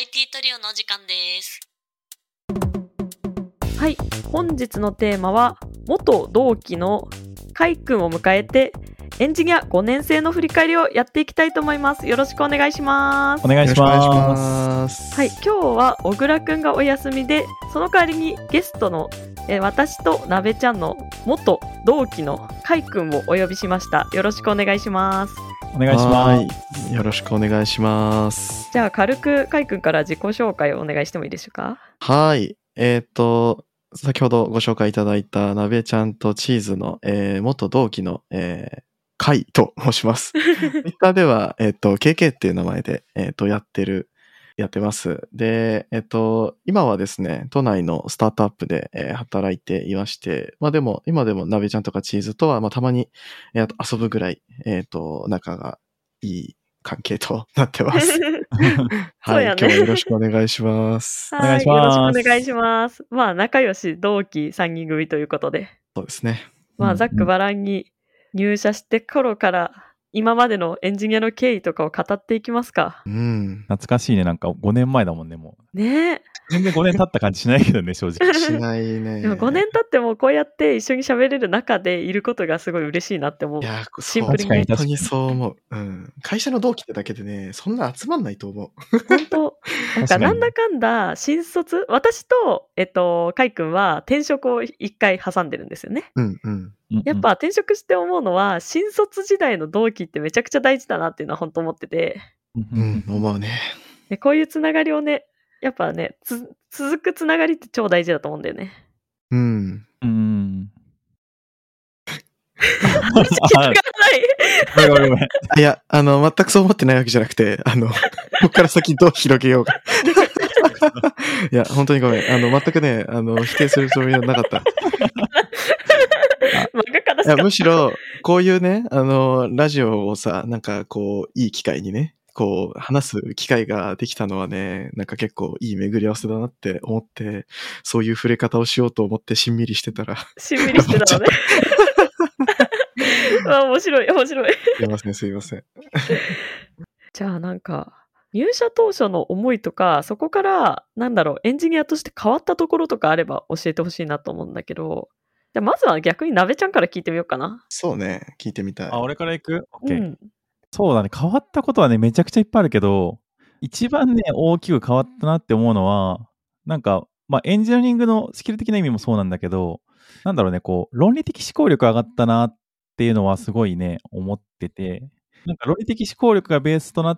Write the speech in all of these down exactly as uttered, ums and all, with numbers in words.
アイティー トリオのお時間です。 はい、本日のテーマは元同期のカイ君を迎えてエンジニアごねん生の振り返りをやっていきたいと思います。よろしくお願いします。 お願いします。 よろしくお願いします。 はい、今日は小倉くんがお休みで、その代わりにゲストのえ私となべちゃんの元同期のカイ君をお呼びしました。よろしくお願いします。 お願いします。 はい、よろしくお願いします。 じゃあ軽くカイ君から自己紹介をお願いしてもいいでしょうか。 はい、えっと先ほどご紹介いただいたなべちゃんとチーズの、えー、元同期の、えー、カイと申します。Twitter では、えっと、ケーケー っていう名前で、えっと、やってる、やってます。で、えっと、今はですね、都内のスタートアップで、えー、働いていまして、まあでも、今でもなべちゃんとかチーズとは、まあたまに、えー、遊ぶぐらい、えっと、仲がいい関係となってます。はい、ね、今日はよろしくお願いします。 お願いします。 よろしくお願いします。まあ仲良し同期さんにん組ということで。 そうですね。 まあざっくばらんに入社して頃から今までのエンジニアの経緯とかを語っていきますか。 うん。 懐かしいね。なんかごねんまえだもんね、もう。 ねえ。 全然ごねん経った感じしないけどね、正直。 しないね。 でもごねん経ってもこうやって一緒に喋れる中でいることがすごい嬉しいなって思う。 いや、 シンプルに、 ね、本当にそう思う。うん。会社の同期ってだけでね、そんな集まんないと思う。 本当。なんかなんだかんだ新卒、私とえっとカイ君は転職を一回挟んでるんですよね。 うんうん。 やっぱ転職して思うのは新卒時代の同期ってめちゃくちゃ大事だなっていうのは本当思ってて。 うん、思うね。 でこういうつながりをね、やっぱね、つ続くつながりって超大事だと思うんだよね。 うん。 うん。 話聞かない。 ごめんごめんごめん。 いや、あの、全くそう思ってないわけじゃなくて、あの、ここから先どう広げようか。いや、本当にごめん。あの、全くね、あの、否定するつもりはなかった。いや、むしろ、こういうね、あの、ラジオをさ、なんかこう、いい機会にね、こう、話す機会ができたのはね、なんか結構いい巡り合わせだなって思って、そういう触れ方をしようと思ってしんみりしてたら。 しんみりしてたのね。あ、面白い、面白い。 すいません、すいません。 じゃあなんか、入社当初の思いとか、そこから、なんだろう、エンジニアとして変わったところとかあれば教えてほしいなと思うんだけど、じゃあまずは逆になべちゃんから聞いてみようかな。 そうね、聞いてみたい。 あ、俺から行く？ OK、うん。 そうだね、変わったことはね、めちゃくちゃいっぱいあるけど、一番ね、大きく変わったなって思うのは、なんか、まあ、エンジニアリングのスキル的な意味もそうなんだけど、なんだろうね、こう、論理的思考力上がったなっていうのはすごいね、思ってて、なんか論理的思考力がベースとなって、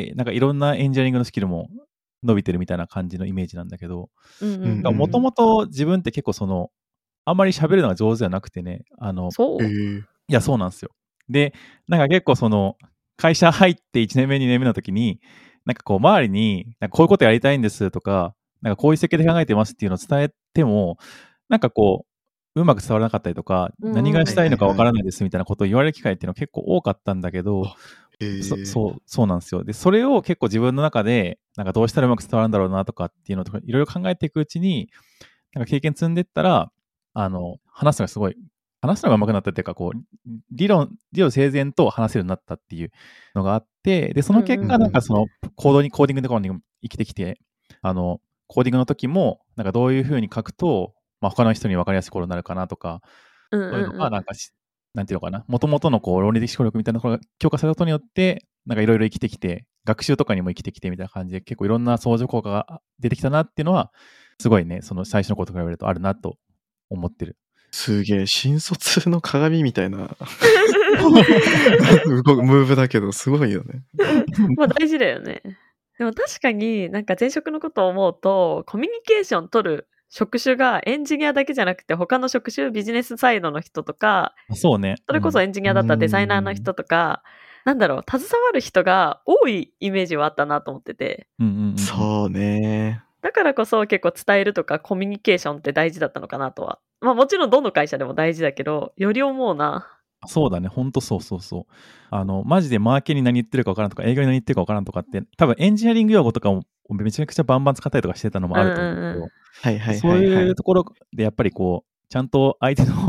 なんかいろんなエンジニアリングのスキルも伸びてるみたいな感じのイメージなんだけど、もともと自分って結構その、あんまり喋るのが上手じゃなくてね、あの、 そう。 いや、そうなんですよ。で、なんか結構その、会社入っていちねんめ、にねんめの時に、なんかこう周りに、なんかこういうことやりたいんですとか、なんかこういう設計で考えてますっていうのを伝えても、なんかこう、うまく伝わらなかったりとか、何がしたいのかわからないですみたいなことを言われる機会っていうのは結構多かったんだけど、そそう、そうなんですよ。で、それを結構自分の中で、なんかどうしたらうまく伝わるんだろうなとかっていうのとか、いろいろ考えていくうちに、なんか経験積んでったら、あの、話すのがすごい、話すのが上手くなったっていうか、こう、理論、理論整然と話せるようになったっていうのがあって、で、その結果、なんかその、コードに、コーディングとかに生きてきて、あの、コーディングの時も、なんかどういう風に書くと、まあ、他の人に分かりやすいことになるかなとか、そういうのが、なんか、なんていうのかな、もともとのこう論理的思考力みたいなところが強化されたことによって、なんかいろいろ生きてきて、学習とかにも生きてきてみたいな感じで、結構いろんな相乗効果が出てきたなっていうのは、すごいね、その最初のことと比べるとあるなと思ってる。 すげえ、新卒の鏡みたいなムーブだけど、すごいよね。 まあ大事だよね。でも確かになんか前職のことを思うと、コミュニケーション取る職種がエンジニアだけじゃなくて、他の職種、ビジネスサイドの人とか、 そうね。 それこそエンジニアだったデザイナーの人とか、なんだろう、携わる人が多いイメージはあったなと思ってて。 うんうんうん、 そうね。 だからこそ結構伝えるとかコミュニケーションって大事だったのかなとは。まあもちろんどの会社でも大事だけど、より思うな。 そうだね、ほんとそうそうそう。あの、マジでマーケに何言ってるか分からんとか、営業に何言ってるか分からんとかって、多分エンジニアリング用語とかもめちゃくちゃバンバン使ったりとかしてたのもあると思うんだけど、そういうところでやっぱりこう、ちゃんと相手の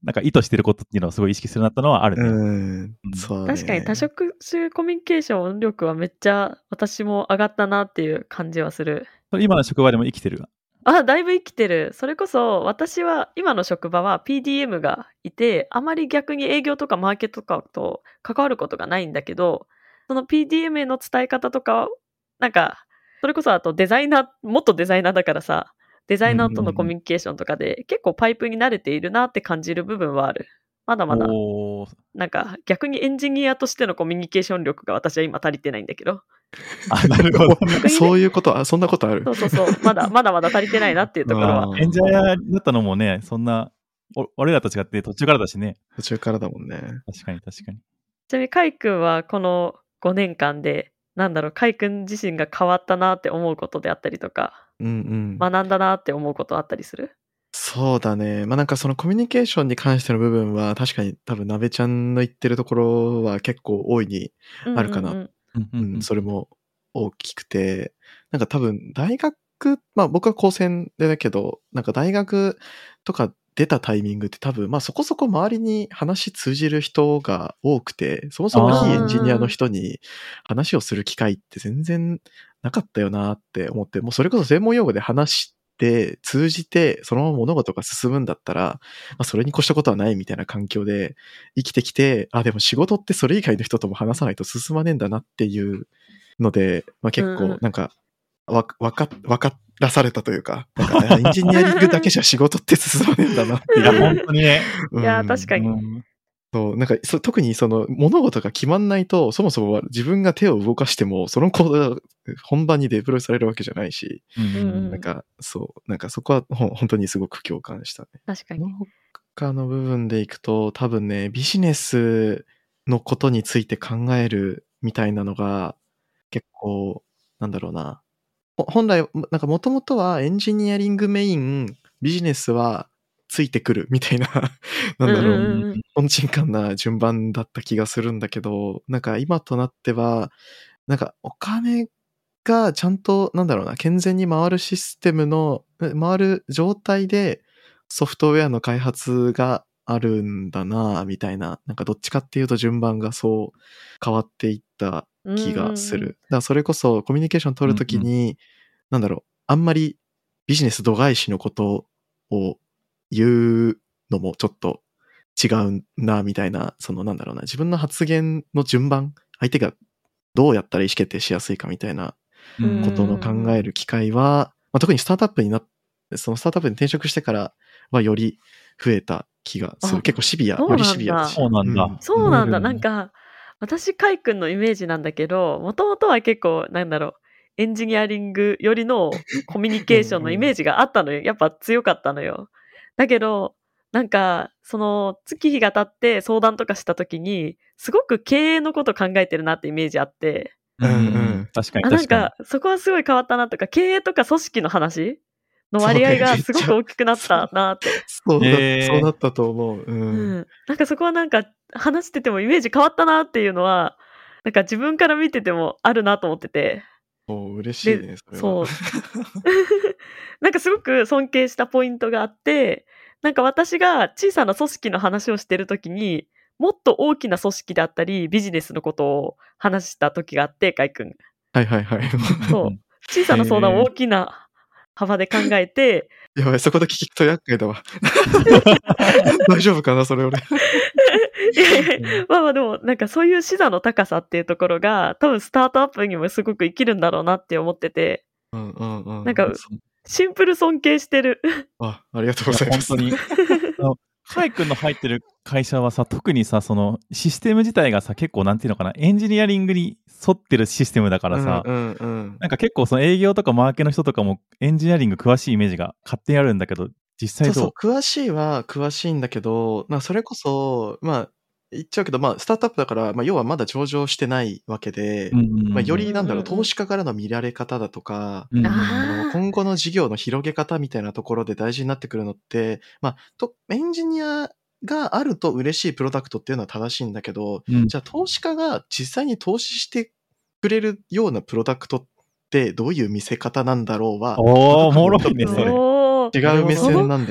なんか意図してることっていうのをすごい意識するようになったのはあるね。 うん、 うんそうね。 確かに多職種コミュニケーション力はめっちゃ私も上がったなっていう感じはする。 それ今の職場でも生きてる。 あ、だいぶ生きてる。それこそ私は今の職場は ピーディーエム がいて、あまり逆に営業とかマーケットとかと関わることがないんだけど、その ピーディーエム への伝え方とか、なんか、それこそあとデザイナー、元デザイナーだからさ、デザイナーとのコミュニケーションとかで結構パイプに慣れているなって感じる部分はある。まだまだ、 おーなんか逆にエンジニアとしてのコミュニケーション力が私は今足りてないんだけど。 あ、なるほど。 逆にねそういうこと、あ、そんなことあるそうそうそう、まだまだまだ足りてないなっていうところは。 あーエンジニアだったのもね、そんな、お俺らと違って途中からだしね。 途中からだもんね。 確かに確かに。 ちなみにカイ君はこのごねんかんで、なんだろう、カイ君自身が変わったなって思うことであったりとか、 うんうん。 学んだなって思うことあったりする？ そうだね。まあなんかそのコミュニケーションに関しての部分は確かに多分なべちゃんの言ってるところは結構大いにあるかな。 うんうんうんうんう、 うんんそれも大きくて、なんか多分大学、まあ僕は高専でだけど、なんか大学とか出たタイミングって多分、まあそこそこ周りに話通じる人が多くて、そもそもあー非エンジニアの人に話をする機会って全然なかったよなって思って、もうそれこそ専門用語で話して通じて、そのまま物事が進むんだったら、まあそれに越したことはないみたいな環境で生きてきて、あ、でも仕事ってそれ以外の人とも話さないと進まねえんだなっていうので、まあ、結うんうん構なんかわわかわからされたというか、なんかあエンジニアリングだけじゃ仕事って進まねえんだなっていや、 いう。 本当にね。 いやうん確かにうんそうなんかそ特にその物事が決まんないと、そもそも自分が手を動かしてもそのコードが本番にデプロイされるわけじゃないし、 うんうんうんなんかそうなんかそこはほん本当にすごく共感したね。 確かに。 その他の部分でいくと、多分ね、ビジネスのことについて考えるみたいなのが、結構、なんだろうな。ほ本来、なんかもともとはエンジニアリングメイン、ビジネスはついてくるみたいな、なんだろう、 うんうんうんとんちんかんな順番だった気がするんだけど、なんか今となっては、なんかお金がちゃんと、なんだろうな、健全に回るシステムの、え回る状態でソフトウェアの開発があるんだな、みたいな、なんかどっちかっていうと順番がそう変わっていった気がする。 うんうんうんだからそれこそコミュニケーション取るときに、なんだろう、あんまりビジネス度外視のことを言うのもちょっと違うな、みたいな、そのなんだろうな、自分の発言の順番、相手がどうやったら意思決定しやすいかみたいなうんことの考える機会は、まあ、特にスタートアップになって、そのスタートアップに転職してからはより増えた気がすある。結構シビア、 そうなんだよりシビアだし。 そうなんだうんそうなんだ。 うんなんか、私、カイ君のイメージなんだけど、もともとは結構、なんだろう、エンジニアリングよりのコミュニケーションのイメージがあったのよ。やっぱ強かったのよ。だけど、なんか、その、月日が経って相談とかした時に、すごく経営のこと考えてるなってイメージあって、 うんうんうんうん確かにあ、なん確かに。 か、そこはすごい変わったなとか、経営とか組織の話の割合がすごく大きくなったなって。 そうだ、 へーそうなったと思う。う。 うんん。なんかそこはなんか話しててもイメージ変わったなっていうのは、なんか自分から見ててもあるなと思ってて。 お嬉しいね、 でそれは。 そうなんかすごく尊敬したポイントがあって、なんか私が小さな組織の話をしてるときに、もっと大きな組織だったり、ビジネスのことを話した時があって、カイ君。 はいはいはい。 そう。小さな相談を大きな幅で考えて、 やばい、そこで聞くと厄介だわ。大丈夫かな、それ俺。 いやいやまあまあでも、なんかそういう視座の高さっていうところが、多分スタートアップにもすごく生きるんだろうなって思ってて、 うんうんうん。 なんかシンプル尊敬してる。 あ、ありがとうございます。 本当に。あのカイ君の入ってる会社はさ、特にさ、そのシステム自体がさ、結構なんていうのかな、エンジニアリングに沿ってるシステムだからさ、 うんうんうん。 なんか結構その営業とかマーケの人とかもエンジニアリング詳しいイメージが勝手にあるんだけど、実際どう？ そうそう、詳しいは詳しいんだけど、まあそれこそ、まあ言っちゃうけど、まあスタートアップだから、まあ要はまだ上場してないわけで、 うんうんうんまあよりなんだろう、 うんうんうん投資家からの見られ方だとか、 うんうんうんあーあの今後の事業の広げ方みたいなところで大事になってくるのって、まあとエンジニアがあると嬉しいプロダクトっていうのは正しいんだけど、 うんじゃあ投資家が実際に投資してくれるようなプロダクトってどういう見せ方なんだろうは、 おー、おもろいね、 ちょっとそれ。 おー違う目線なんだよね。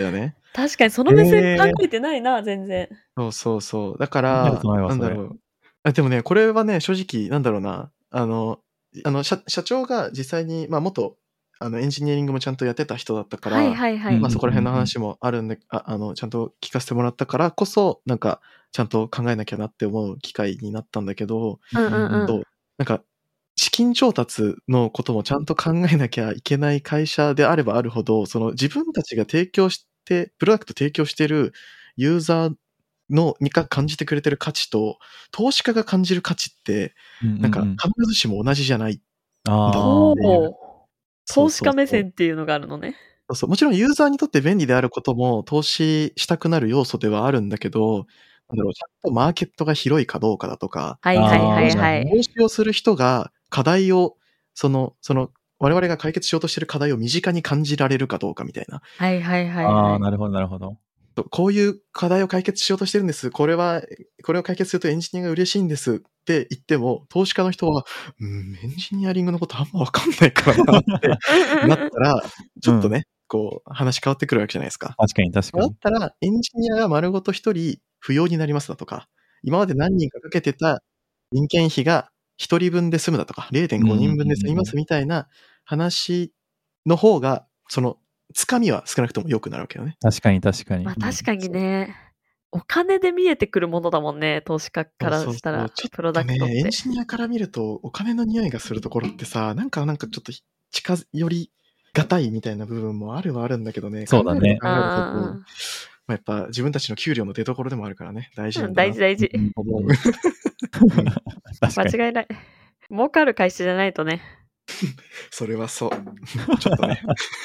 確かにその目線考えてないな、全然。 そうそうそう。だか見たらこ、とないわ、それ。 なんだろう。あでもね、これはね、正直、なんだろうな。あの、あの社社長が実際に、まあ、元あのエンジニアリングもちゃんとやってた人だったから、 はいはいはい。 まあ、そこら辺の話もあるんで、ああのちゃんと聞かせてもらったからこそ、なんかちゃんと考えなきゃなって思う機会になったんだけど、 うんうんうん。 そうなんか資金調達のこともちゃんと考えなきゃいけない会社であればあるほど、その自分たちが提供して、プロダクト提供しているユーザーのにか感じてくれてる価値と、投資家が感じる価値って、なんか必ずしも同じじゃないんだなおっていう。 ー投資家目線っていうのがあるのね。 そうそう。もちろんユーザーにとって便利であることも投資したくなる要素ではあるんだけど、なんだろう、ちゃんとマーケットが広いかどうかだとか、 はいはいはいはあい。 投資をする人が課題を、その、その、我々が解決しようとしている課題を身近に感じられるかどうかみたいな。 はいはいはいああ、 はい。 なるほど、なるほど。 こういう課題を解決しようとしてるんです。これは、これを解決するとエンジニアが嬉しいんですって言っても、投資家の人は、うん、エンジニアリングのことあんまわかんないからなってなったら、ちょっとね、こう、話変わってくるわけじゃないですか。 確かに確かに。 だったら、エンジニアが丸ごと一人不要になりますだとか、今まで何人かかけてた人件費が一人分で済むだとか、れいてんごにんぶんで済みますみたいな話の方が、その、つかみは少なくとも良くなるわけよね。 確かに確かに。 まあ確かにね。お金で見えてくるものだもんね、投資家からしたそうそうそらうちょっ、 プロダクトっとね、エンて。 ジニアから見ると、お金の匂いがするところってさ、なんかなんかちょっと近寄りがたいみたいな部分もあるはあるんだけどね。 そうだね考えると考えるほどあまあ、やっぱ自分たちの給料の出所でもあるからね、大事あ、 なんだな大事大事。 うん思う。 うん確かに。 間違いない。儲かる会社じゃないとね。 それはそう。ちょっとね。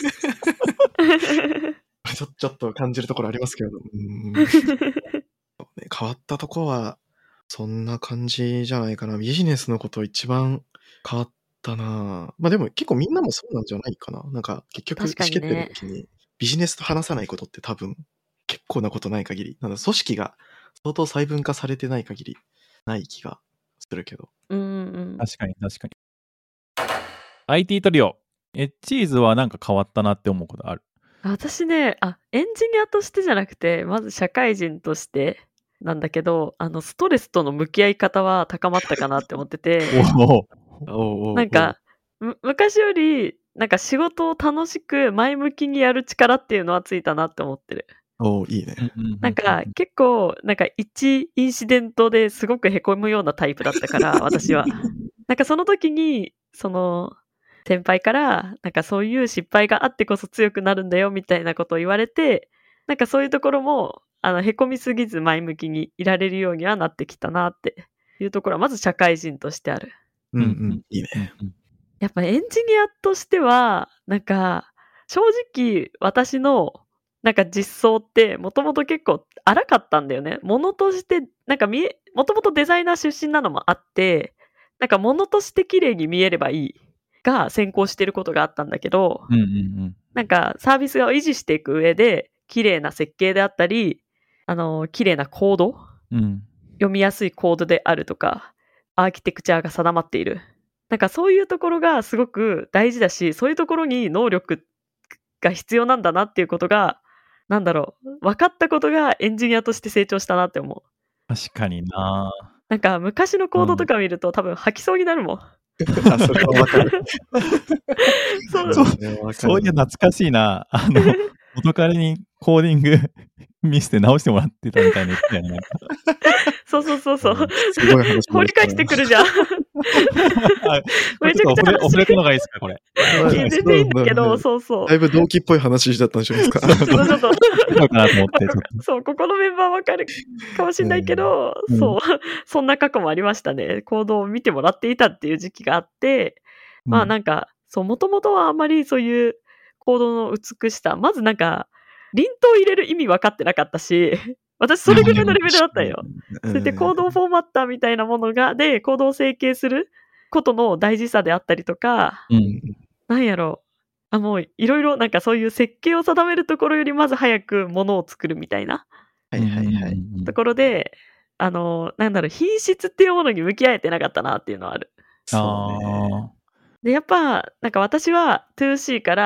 ちょちょっと感じるところありますけれど。うーんそうね変わったとこは、そんな感じじゃないかな。ビジネスのこと一番変わったな。まあでも結構みんなもそうなんじゃないかな。なんか結局意思確かにね決定の時にビジネスと話さないことって多分結構なことない限り、なんだ組織が相当細分化されてない限りない気がするけど。 うんうん。 確かに確かに。アイティー トリオ。え、チーズはなんか変わったなって思うことある？ 私ね、あ、エンジニアとしてじゃなくて、まず社会人としてなんだけど、あの、ストレスとの向き合い方は高まったかなって思ってて、 おお。 おうおうおうなんか、む昔より、なんか仕事を楽しく前向きにやる力っていうのはついたなって思ってる。 おういいね。 なんか、結構、なんか一インシデントですごく凹むようなタイプだったから、私は。なんかその時に、その、先輩から、なんかそういう失敗があってこそ強くなるんだよみたいなことを言われて、なんかそういうところも、あの、凹みすぎず前向きにいられるようにはなってきたなっていうところは、まず社会人としてある。 うんうん、いいね。 やっぱエンジニアとしては、なんか、正直私の、なんか実装ってもともと結構荒かったんだよね。物として、なんか見え、もともとデザイナー出身なのもあって、なんか物として綺麗に見えればいいが先行してることがあったんだけど、 うんうんうん。 なんかサービスを維持していく上で、綺麗な設計であったり、あの、綺麗なコード、 うん。 読みやすいコードであるとか、アーキテクチャが定まっている。なんかそういうところがすごく大事だし、そういうところに能力が必要なんだなっていうことが、なんだろう、分かったことがエンジニアとして成長したなって思う。 確かにな。 なんか昔のコードとか見ると、多分吐きそうになるもん。 あ、それはわかる。 そうそうれはわかるそういう懐かしいな。あの、元彼にコーディング見せて直してもらってたみたいな言ってたよね。なんかそうそうそうそう。 すごい話掘り返してくるじゃん。 あめちゃくちゃちょっと遅れ遅れたのがいいですか、これ。 いや全然いいんだけど、そうそうだ。いぶ動機っぽい話だったんじゃないですか。 ちょっとちょっと、 いいのかなと思って、ちょっと。 そう、ここのメンバーわかるかもしれないけど、 うんそう、そんな過去もありましたね。行動を見てもらっていたっていう時期があって、まあなんか、そう、もともとはあんまりそういう行動の美しさ、まずなんか、輪頭入れる意味分かってなかったし、私それぐらいのレベルだったよ。それでコードフォーマッターみたいなものが、で、コードを整形することの大事さであったりとか、 うん。 なんやろう。あ、もういろいろなんかそういう設計を定めるところよりまず早くものを作るみたいなはいはいはい。 うんところで、あの、なんだろう、品質っていうものに向き合えてなかったなっていうのはある。 そうね。 あで、やっぱ、なんか私は ツーシー から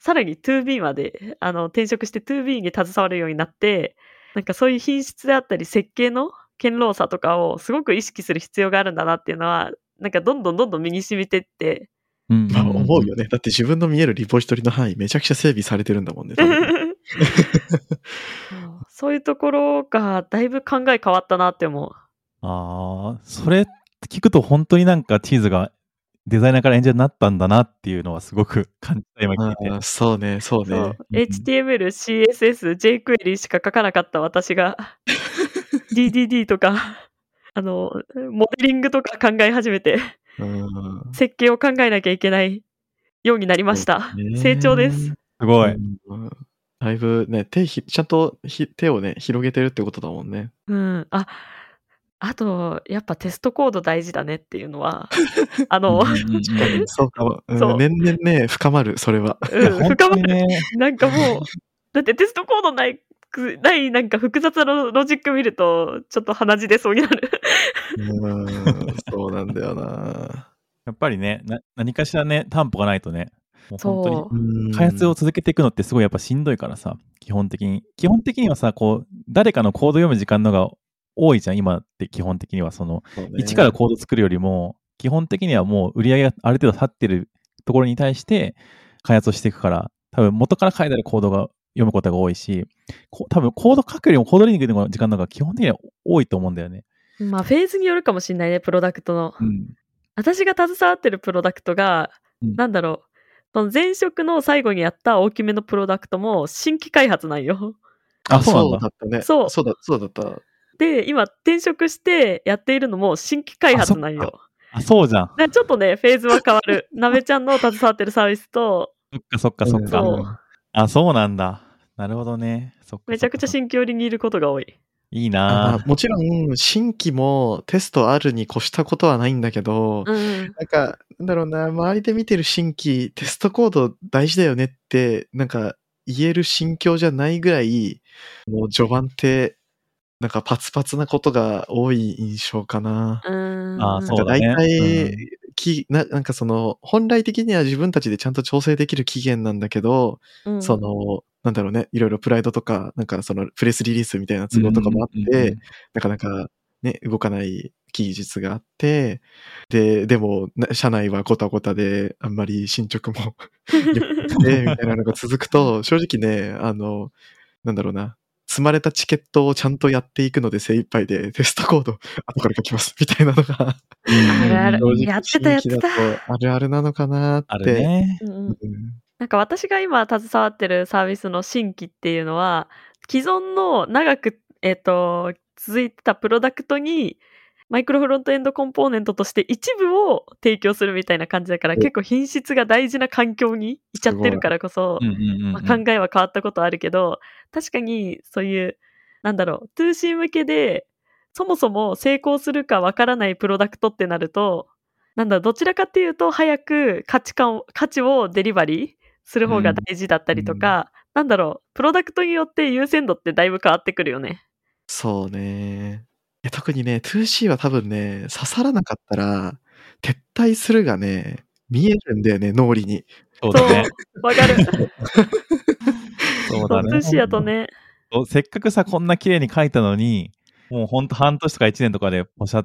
さらに ツービー まで、あの、転職して ツービー に携わるようになって、なんかそういう品質であったり設計の堅牢さとかをすごく意識する必要があるんだなっていうのは、なんかどんどんどんどん身に染みてって、 うんまあ思うよね。だって自分の見えるリポジトリの範囲めちゃくちゃ整備されてるんだもんね。多分そうそういうところがだいぶ考え変わったなって思う。 ああ、それ聞くと本当になんかチーズがデザイナーからエンジニアになったんだなっていうのはすごく感じた、今聞いて。 あーそうね、そうそうね。 うんエイチティーエムエル、シーエスエス、ジェイクエリー しか書かなかった私が ディーディーディー とかあのモデリングとか考え始めてうん設計を考えなきゃいけないようになりました。 そうね成長です。 すごい。 うんだいぶね、手ひ、ちゃんとひ手をね、広げてるってことだもんね。 うん。あ、あと、やっぱテストコード大事だねっていうのは、あの、 うんうんうんうんそうかも。うんそう年々ね、深まる、それは。 うん、 本深まる。 当にね、 なんかもう、だってテストコードない、くないなんか複雑なロジック見ると、ちょっと鼻血出そうになる。 うん、そうなんだよな。 やっぱりね、な何かしらね、担保がないとね、もう本当にそう。 うん開発を続けていくのってすごいやっぱしんどいからさ、基本的に。基本的にはさ、こう、誰かのコード読む時間のが多いじゃん、今って基本的には。その、 そうね一からコード作るよりも、基本的にはもう売り上げがある程度立ってるところに対して開発をしていくから、多分元から書いてあるコードが読むことが多いし、こ多分コード書くよりもコードリーディングの時間の方が基本的には多いと思うんだよね。 まあ、フェーズによるかもしれないね、プロダクトの。 うん。 私が携わってるプロダクトが、 うんなんだろう、その前職の最後にやった大きめのプロダクトも新規開発なんよ。 あ、 あ、 そうなんだ。 そうだったね。 そうそうだ、そうだった。 で、今転職してやっているのも新規開発なんあそっよ。 あ、そうじゃん。 だからちょっとね、フェーズは変わる。なべちゃんの携わってるサービスと、 そっかそっかそっか。 そうあ、そうなんだ。なるほどね。そっかそっか。 めちゃくちゃ新規寄りにいることが多い。 いいあまなあ、もちろん、新規もテストあるに越したことはないんだけど、 うん。 なんか、なんだろうな、周りで見てる新規、テストコード大事だよねって、なんか、言える心境じゃないぐらい、もう序盤って、なんかパツパツなことが多い印象かな。 うん。 あそうだねなんか大体、 うんきななんかその、本来的には自分たちでちゃんと調整できる期限なんだけど、 うんその、なんだろうね、いろいろプライドとか、なんかそのプレスリリースみたいな都合とかもあって、 うんうんうんなかなかね、動かない期日があって、で、でも、な社内はごたごたで、あんまり進捗も良くて、みたいなのが続くと、正直ね、あの、なんだろうな、積まれたチケットをちゃんとやっていくので精一杯で、テストコード、後から書きます、みたいなのが、 あるある正直やってたやってた新規だとあるあるなのかなって。 あるね。 うんうんうんなんか私が今携わってるサービスの新規っていうのは、既存の長く、えっと、続いてたプロダクトに、マイクロフロントエンドコンポーネントとして一部を提供するみたいな感じだから、 お結構品質が大事な環境にいっちゃってるからこそうん、うんうんうんまあ、考えは変わったことあるけど、確かにそういう、なんだろう、ツーシー 向けで、そもそも成功するかわからないプロダクトってなると、なんだろう、どちらかっていうと、早く価値観を、価値をデリバリーする方が大事だったりとか、なんだろう、プロダクトによって優先度ってだいぶ変わってくるよね。 そうね。いや特にね、ツーシー は多分ね、刺さらなかったら、撤退するがね、見えるんだよね、脳裏に。 そうだね。 わかる。 そうだね。 ツーシー やとね。 そうせっかくさ、こんな綺麗に書いたのに、もうほんと半年とかいちねんとかでポシャって、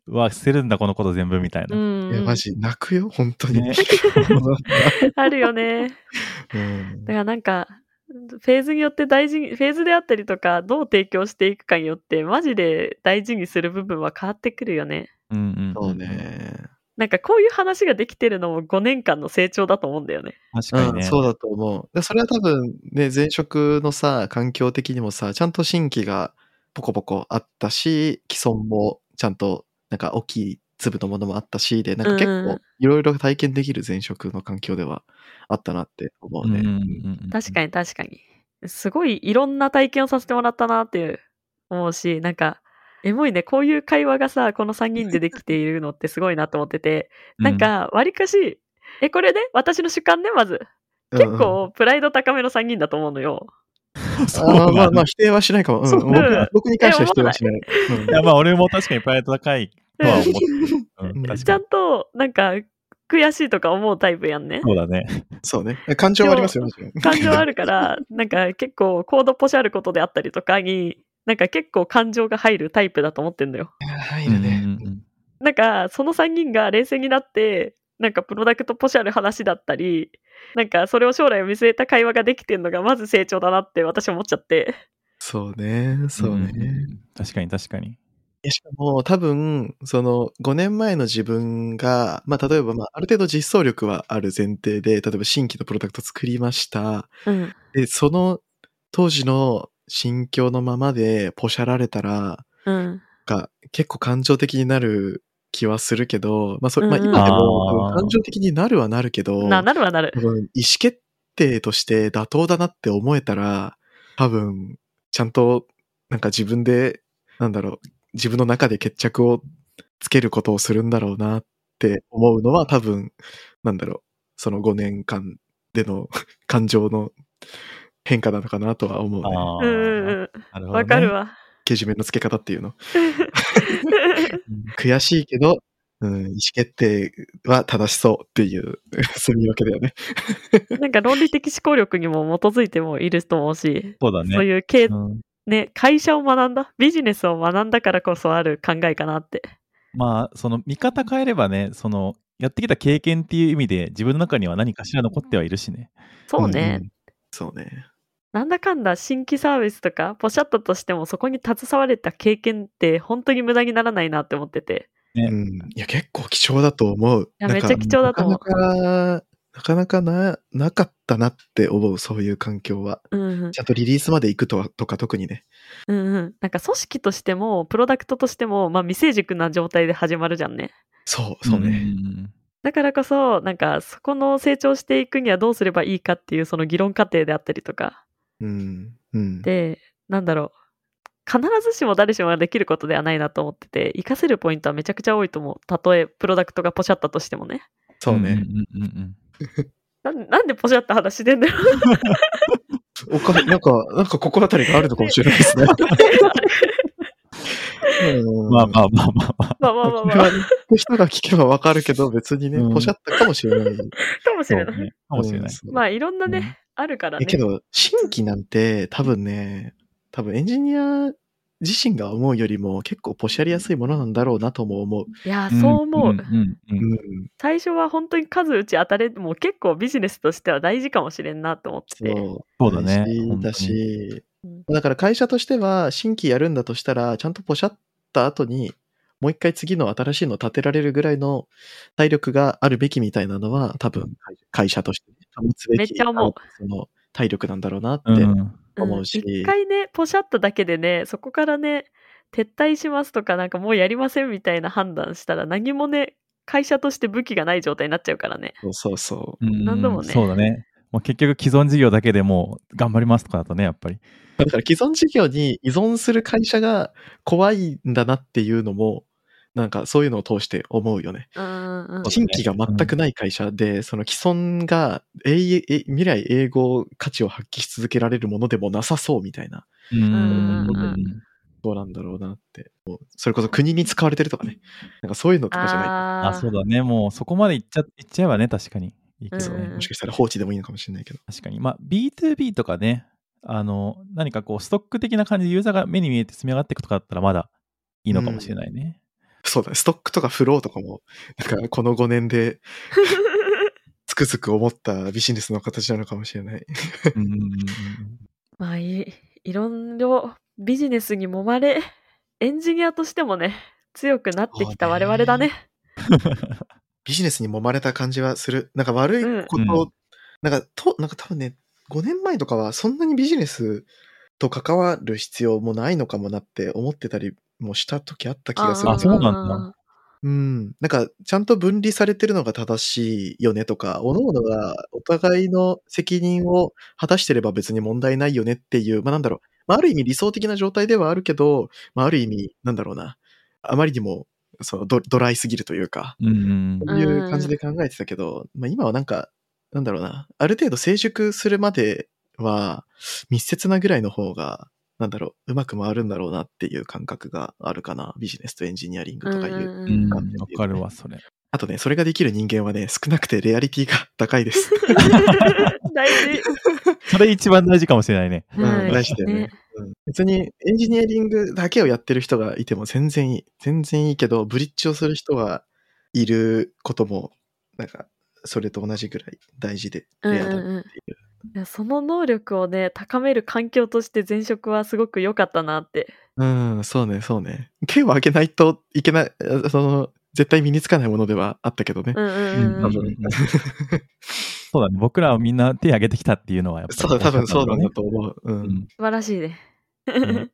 うわ、捨てるんだ、このこと全部みたいな。 うん、 いや、マジ、泣くよ、本当に。 ねあるよね。 うんだからなんか、フェーズによって大事に、フェーズであったりとか、どう提供していくかによって、マジで大事にする部分は変わってくるよね。 うんうんうんそうね。 なんかこういう話ができてるのもごねんかんの成長だと思うんだよね。 確かにね。 うん、そうだと思う。でそれは多分ね、前職のさ、環境的にもさ、ちゃんと新規がポコポコあったし、既存もちゃんとなんか大きい粒のものもあったし、で、なんか結うん構いろいろ体験できる前職の環境ではあったなって思うね。 うんうんうんうん確かに確かに。すごいいろんな体験をさせてもらったなっていう思うし、なんか、エモいね、こういう会話がさ、このさんにんでできているのってすごいなと思ってて、なんか、わりかし、え、これね、私の主観ね、まず。結うんうん構、プライド高めのさんにんだと思うのよ。 そうあーまなんだ。 あまあ否定はしないかも。うん、 そう僕うん僕に関しては否定はしない。うんいや、まあ俺も確かにプライド高いとは思ってる。うん、 うん確ちゃかに。 んと、なんか、 悔しいとか思うタイプやんね。 そうだね。 そうね。感情はありますよ、もちろん。 感情あるから、なんか結構コードポシャることであったりとかに、なんか結構感情が入るタイプだと思ってんだよ。 入うんうんるね。 うんなんかそのさんにんが冷静になって、なんかプロダクトポシャる話だったり、なんかそれを将来を見据えた会話ができてんのがまず成長だなって私思っちゃって。 そうね、そうね。 んんん確かに確かに。 いやしかも多分、そのごねんまえの自分が、まあ例えばまあある程度実装力はある前提で、例えば新規のプロダクト作りました。 うん。 で、その当時の心境のままでポシャられたら、 うん。 が結構感情的になる気はするけど、まあそれ、まあうんうん今でもあー多分感情的になるはなるけど、 な、なるはなる多。分意思決定として妥当だなって思えたら、多分ちゃんとなんか自分で、なんだろう、自分の中で決着をつけることをするんだろうなって思うのは多分、なんだろう、そのごねんかんでの感情の変化なのかなとは思うね。 あうんうんうん。 あ、なるほどね。 わかるわ。 けじめのつけ方っていうの。 うん悔しいけど、うん、意思決定は正しそうっていう、そういうわけだよね。 なんか論理的思考力にも基づいてもいると思うし、 そうだね。 そういう経、 うんね、会社を学んだ、ビジネスを学んだからこそある考えかなって。 まあ、その見方変えればね、その、やってきた経験っていう意味で、自分の中には何かしら残ってはいるしね。 そうね。 んんそうね。 なんだかんだ新規サービスとか、ポシャットとしてもそこに携われた経験って本当に無駄にならないなって思ってて。 ねうん。いや、結構貴重だと思う。 いやなんかめっちゃ貴重だと思うなかなか、なかなかな、なかったなって思う、そういう環境は。 うんうんちゃんとリリースまで行くとは、とか特にね。 うんうん。なんか組織としても、プロダクトとしても、まあ未成熟な状態で始まるじゃんね。 そう、そうね。 んだからこそ、なんかそこの成長していくにはどうすればいいかっていうその議論過程であったりとか。 うん。うん。 で、なんだろう。必ずしも誰しもができることではないなと思ってて、活かせるポイントはめちゃくちゃ多いと思う。たとえプロダクトがポシャったとしてもね。 そうね。 んうんうんうんなんなんでポシャった話してんだよ。 おか、なんか、なんか心当たりがあるのかもしれないですね。うんまあまあまあまあまあ。 まあまあまあまあ。 これはね人が聞けばわかるけど、別にね、 うんポシャったかもしれない。 かもしれない。 そうね。かもしれない。 うんまあいろんなね、 うんあるからね。 えけど、新規なんて多分ね、多分エンジニア自身が思うよりも結構ポシャりやすいものなんだろうなとも思う。 いや、そう思う。 んうんうんうん。 最初は本当に数打ち当たれも結構ビジネスとしては大事かもしれんなと思ってて。 そう。 そうだね大事だ本当し、 うんだから会社としては新規やるんだとしたら、ちゃんとポシャった後に、もう一回次の新しいのを立てられるぐらいの体力があるべきみたいなのは、多分会社として保つべきめっちゃ思うその体力なんだろうなってうんうん思うし。 一回ね、ポシャっただけでね、そこからね、撤退しますとか、なんかもうやりませんみたいな判断したら、何もね、会社として武器がない状態になっちゃうからね。 そうそうそう。 うん何度もねそうだね。もう結局既存事業だけでもう頑張りますとかだとね、やっぱり。 だから既存事業に依存する会社が怖いんだなっていうのも、なんかそういうのを通して思うよね。 うんうんうん。 そう新規が全くない会社で、その既存が永遠え未来永劫価値を発揮し続けられるものでもなさそうみたいな、 うんうんうんどうなんだろうなって。もうそれこそ国に使われてるとかね。なんかそういうのとかじゃないと。 ああ、そうだね。もうそこまでいっちゃいっちゃえばね、確かに。いいけどね。 うんもしかしたら放置でもいいのかもしれないけど。 確かに。まあ、ビーツービー とかね、あの、何かこう、ストック的な感じでユーザーが目に見えて積み上がっていくとかだったらまだいいのかもしれないね。 そうだね。ストックとかフローとかも、なんかこのごねんでつくづく思ったビジネスの形なのかもしれない。 うんうんうんうんまあい、いろいろビジネスに揉まれ、エンジニアとしてもね、強くなってきた我々だね。 ビジネスに揉まれた感じはする。なんか悪いこと、 うんうんなんかと、なんか多分ね、ごねんまえとかはそんなにビジネスと関わる必要もないのかもなって思ってたりもした時あった気がする。 あそうなんだうん。なんか、ちゃんと分離されてるのが正しいよねとか、各々がお互いの責任を果たしてれば別に問題ないよねっていう、まあなんだろう。まあある意味理想的な状態ではあるけど、まあある意味、なんだろうな。あまりにも、そのドドライすぎるというか、 うんうんそういう感じで考えてたけど、まあ今はなんか、なんだろうな。ある程度成熟するまでは、密接なぐらいの方が、なんだろう、うまく回るんだろうなっていう感覚があるかな。ビジネスとエンジニアリングとかいう。 うんうんうん感じわかるわ、それ。 あとね、それができる人間はね、少なくてレアリティが高いです。 大事。 それ一番大事かもしれないね。 うん、 はい大事だよねねうん。別にエンジニアリングだけをやってる人がいても全然いい。全然いいけど、ブリッジをする人がいることも、なんか、それと同じぐらい大事で、 うんレアだっていう。 うんうん。いやその能力をね、高める環境として前職はすごく良かったなって。 うん、そうね、そうね。手を挙げないといけない、その、絶対身につかないものではあったけどね。 うんうんうんうん。 多分。 そうだね。僕らはみんな手挙げてきたっていうのはやっぱりそう、多分そうなんだね。 と思う。う。 うんん。 素晴らしいね。 ね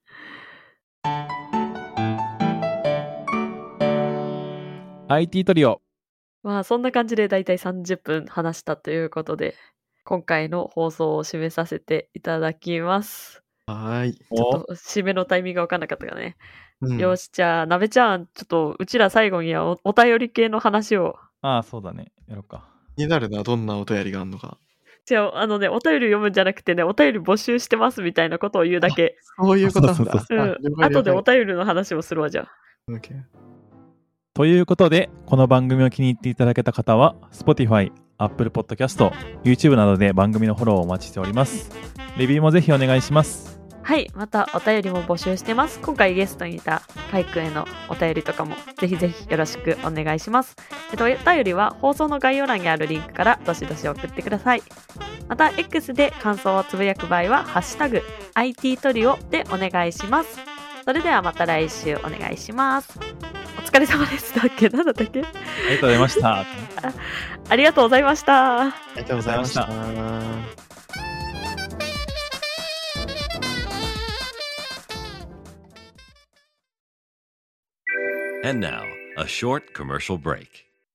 アイティー トリオ。 まあそんな感じでだいたいさんじゅっぷん話したということで、今回の放送を締めさせていただきます。 はーい。 ちょっと締めのタイミングが分かんなかったからね。 うんよし、じゃあ、なべちゃん、ちょっとうちら最後にはおお便り系の話を。 ああ、そうだね。やろうか。 気になるな、どんなお便りがあるのか。 じゃあ、あのね、お便り読むんじゃなくてね、お便り募集してますみたいなことを言うだけ。 そういうことなんだ。 そうそううん。後でお便りの話をするわ、じゃあ。 オッケー。 ということで、この番組を気に入っていただけた方は、Spotify、Apple Podcast、YouTube などで番組のフォローをお待ちしております。レビューもぜひお願いします。 はい、またお便りも募集してます。今回ゲストにいたカイ君へのお便りとかもぜひぜひよろしくお願いします。えっと、お便りは放送の概要欄にあるリンクからどしどし送ってください。また X で感想をつぶやく場合はハッシュタグ アイティー トリオでお願いします。それではまた来週お願いします。お疲れ様でしたっけ？何だったっけ？ ありがとうございました。 ありがとうございました。 ありがとうございました。 And now, a short commercial break.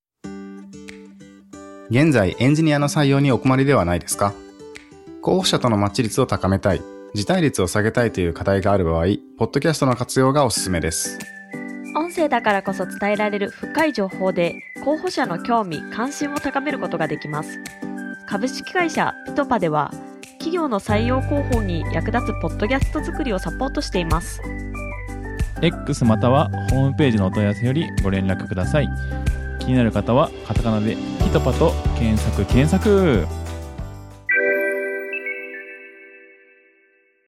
現在エンジニアの採用にお困りではないですか？候補者とのマッチ率を高めたい、辞退率を下げたいという課題がある場合、ポッドキャストの活用がおすすめです。 音声だからこそ伝えられる深い情報で候補者の興味・関心を高めることができます。株式会社ピトパでは企業の採用広報に役立つポッドキャスト作りをサポートしています。 X またはホームページのお問い合わせよりご連絡ください。気になる方はカタカナでピトパと検索検索。